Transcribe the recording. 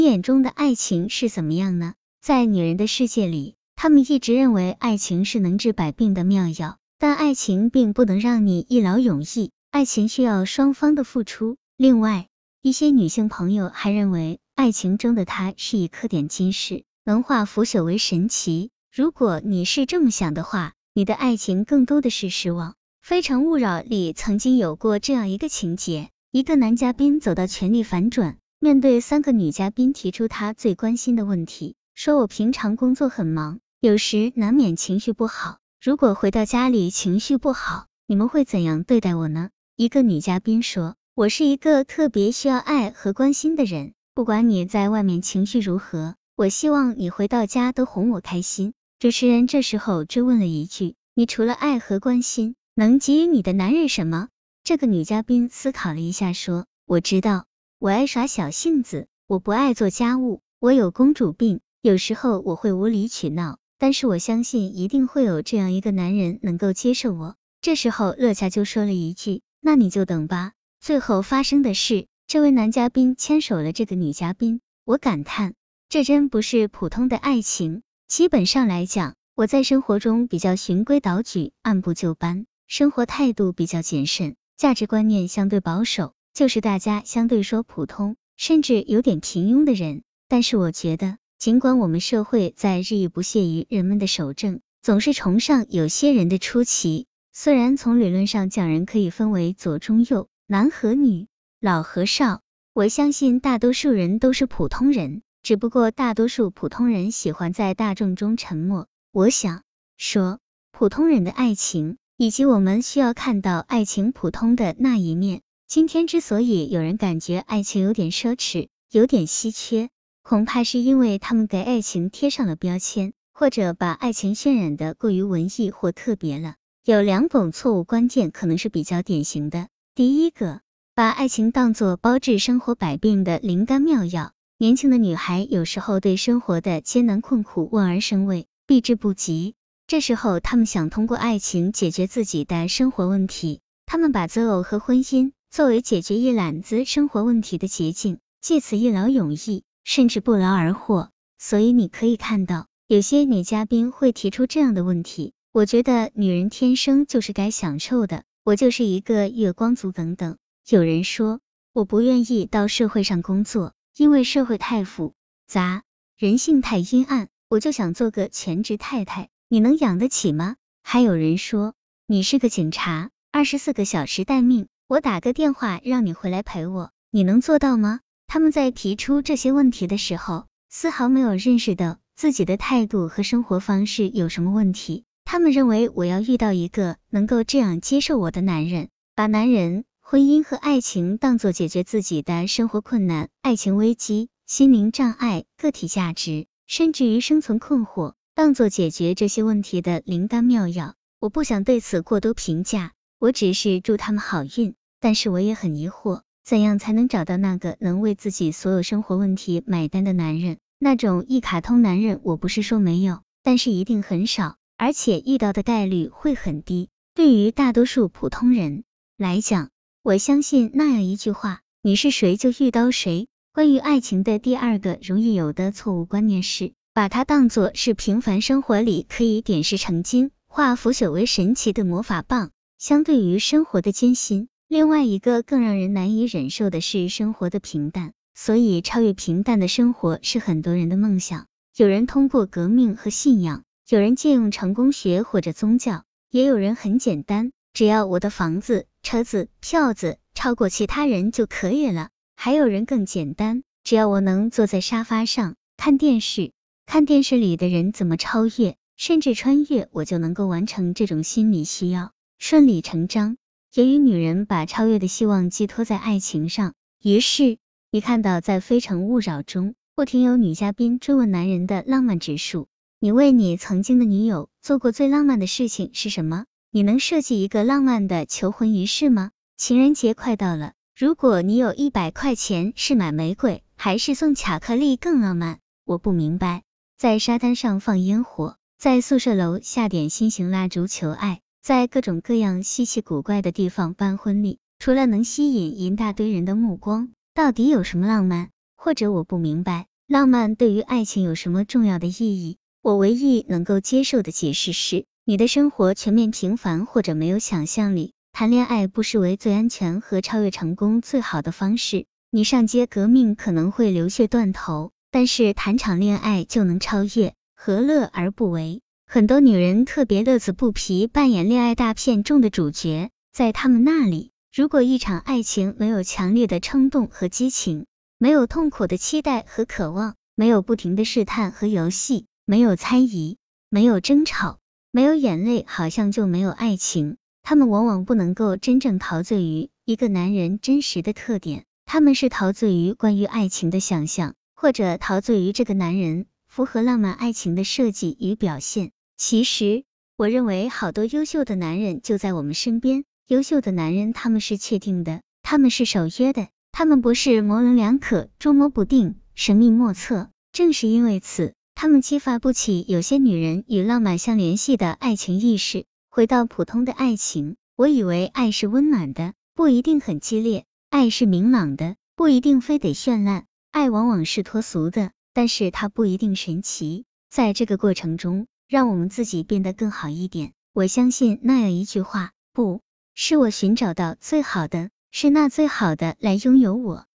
你眼中的爱情是怎么样呢？在女人的世界里，她们一直认为爱情是能治百病的妙药，但爱情并不能让你一劳永逸，爱情需要双方的付出。另外，一些女性朋友还认为爱情中的它是以刻点金石，能化腐朽为神奇。如果你是这么想的话，你的爱情更多的是失望。非诚勿扰里曾经有过这样一个情节，一个男嘉宾走到权力反转，面对3个女嘉宾提出他最关心的问题，说我平常工作很忙，有时难免情绪不好，如果回到家里情绪不好，你们会怎样对待我呢？一个女嘉宾说，我是一个特别需要爱和关心的人，不管你在外面情绪如何，我希望你回到家都哄我开心。主持人这时候追问了一句，你除了爱和关心，能给予你的男人什么？这个女嘉宾思考了一下说，我知道，我爱耍小性子，我不爱做家务，我有公主病，有时候我会无理取闹，但是我相信一定会有这样一个男人能够接受我。这时候乐嘉就说了一句，那你就等吧。最后发生的是，这位男嘉宾牵手了这个女嘉宾，我感叹，这真不是普通的爱情。基本上来讲，我在生活中比较循规蹈矩，按部就班，生活态度比较谨慎，价值观念相对保守，就是大家相对说普通，甚至有点平庸的人。但是我觉得，尽管我们社会在日益不屑于人们的守正，总是崇尚有些人的出奇，虽然从理论上讲人可以分为左中右，男和女，老和少，我相信大多数人都是普通人，只不过大多数普通人喜欢在大众中沉默。我想说，普通人的爱情，以及我们需要看到爱情普通的那一面。今天之所以有人感觉爱情有点奢侈，有点稀缺，恐怕是因为他们给爱情贴上了标签，或者把爱情渲染的过于文艺或特别了。有2种错误观念可能是比较典型的。第一个，把爱情当作包治生活百病的灵丹妙药。年轻的女孩有时候对生活的艰难困苦望而生畏，避之不及，这时候她们想通过爱情解决自己的生活问题，她们把择偶和婚姻作为解决一揽子生活问题的捷径，借此一劳永逸，甚至不劳而获。所以你可以看到，有些女嘉宾会提出这样的问题，我觉得女人天生就是该享受的，我就是一个月光族等等。有人说，我不愿意到社会上工作，因为社会太复杂，人性太阴暗，我就想做个全职太太，你能养得起吗？还有人说，你是个警察，24个小时待命，我打个电话让你回来陪我，你能做到吗？他们在提出这些问题的时候，丝毫没有认识到自己的态度和生活方式有什么问题。他们认为我要遇到一个能够这样接受我的男人，把男人、婚姻和爱情当作解决自己的生活困难、爱情危机、心灵障碍、个体价值，甚至于生存困惑，当作解决这些问题的灵丹妙药。我不想对此过多评价，我只是祝他们好运。但是我也很疑惑，怎样才能找到那个能为自己所有生活问题买单的男人？那种一卡通男人我不是说没有，但是一定很少，而且遇到的概率会很低。对于大多数普通人来讲，我相信那样一句话，你是谁就遇到谁。关于爱情的第2个容易有的错误观念是，把它当作是平凡生活里可以点石成金、化腐朽为神奇的魔法棒。相对于生活的艰辛，另外一个更让人难以忍受的是生活的平淡，所以超越平淡的生活是很多人的梦想。有人通过革命和信仰，有人借用成功学或者宗教，也有人很简单，只要我的房子、车子、票子超过其他人就可以了。还有人更简单，只要我能坐在沙发上看电视，看电视里的人怎么超越，甚至穿越，我就能够完成这种心理需要，顺理成章。由于女人把超越的希望寄托在爱情上，于是你看到在非诚勿扰中，不停有女嘉宾追问男人的浪漫指数。你为你曾经的女友做过最浪漫的事情是什么？你能设计一个浪漫的求婚仪式吗？情人节快到了，如果你有100块钱，是买玫瑰还是送巧克力更浪漫？我不明白。在沙滩上放烟火，在宿舍楼下点心形蜡烛求爱，在各种各样稀奇古怪的地方办婚礼，除了能吸引一大堆人的目光，到底有什么浪漫？或者我不明白， 浪漫对于爱情有什么重要的意义？我唯一能够接受的解释是，你的生活全面平凡或者没有想象力，谈恋爱不失为最安全和超越成功最好的方式。你上街革命可能会流血断头，但是谈场恋爱就能超越，何乐而不为？很多女人特别乐此不疲扮演恋爱大片中的主角，在她们那里，如果一场爱情没有强烈的冲动和激情，没有痛苦的期待和渴望，没有不停的试探和游戏，没有猜疑，没有争吵，没有眼泪，好像就没有爱情。他们往往不能够真正陶醉于一个男人真实的特点，他们是陶醉于关于爱情的想象，或者陶醉于这个男人符合浪漫爱情的设计与表现。其实，我认为好多优秀的男人就在我们身边，优秀的男人他们是确定的，他们是守约的，他们不是模棱两可、捉摸不定、神秘莫测。正是因为此，他们激发不起有些女人与浪漫相联系的爱情意识。回到普通的爱情，我以为爱是温暖的，不一定很激烈；爱是明朗的，不一定非得绚烂；爱往往是脱俗的，但是它不一定神奇。在这个过程中，让我们自己变得更好一点。我相信那样一句话，不是我寻找到最好的，是那最好的来拥有我。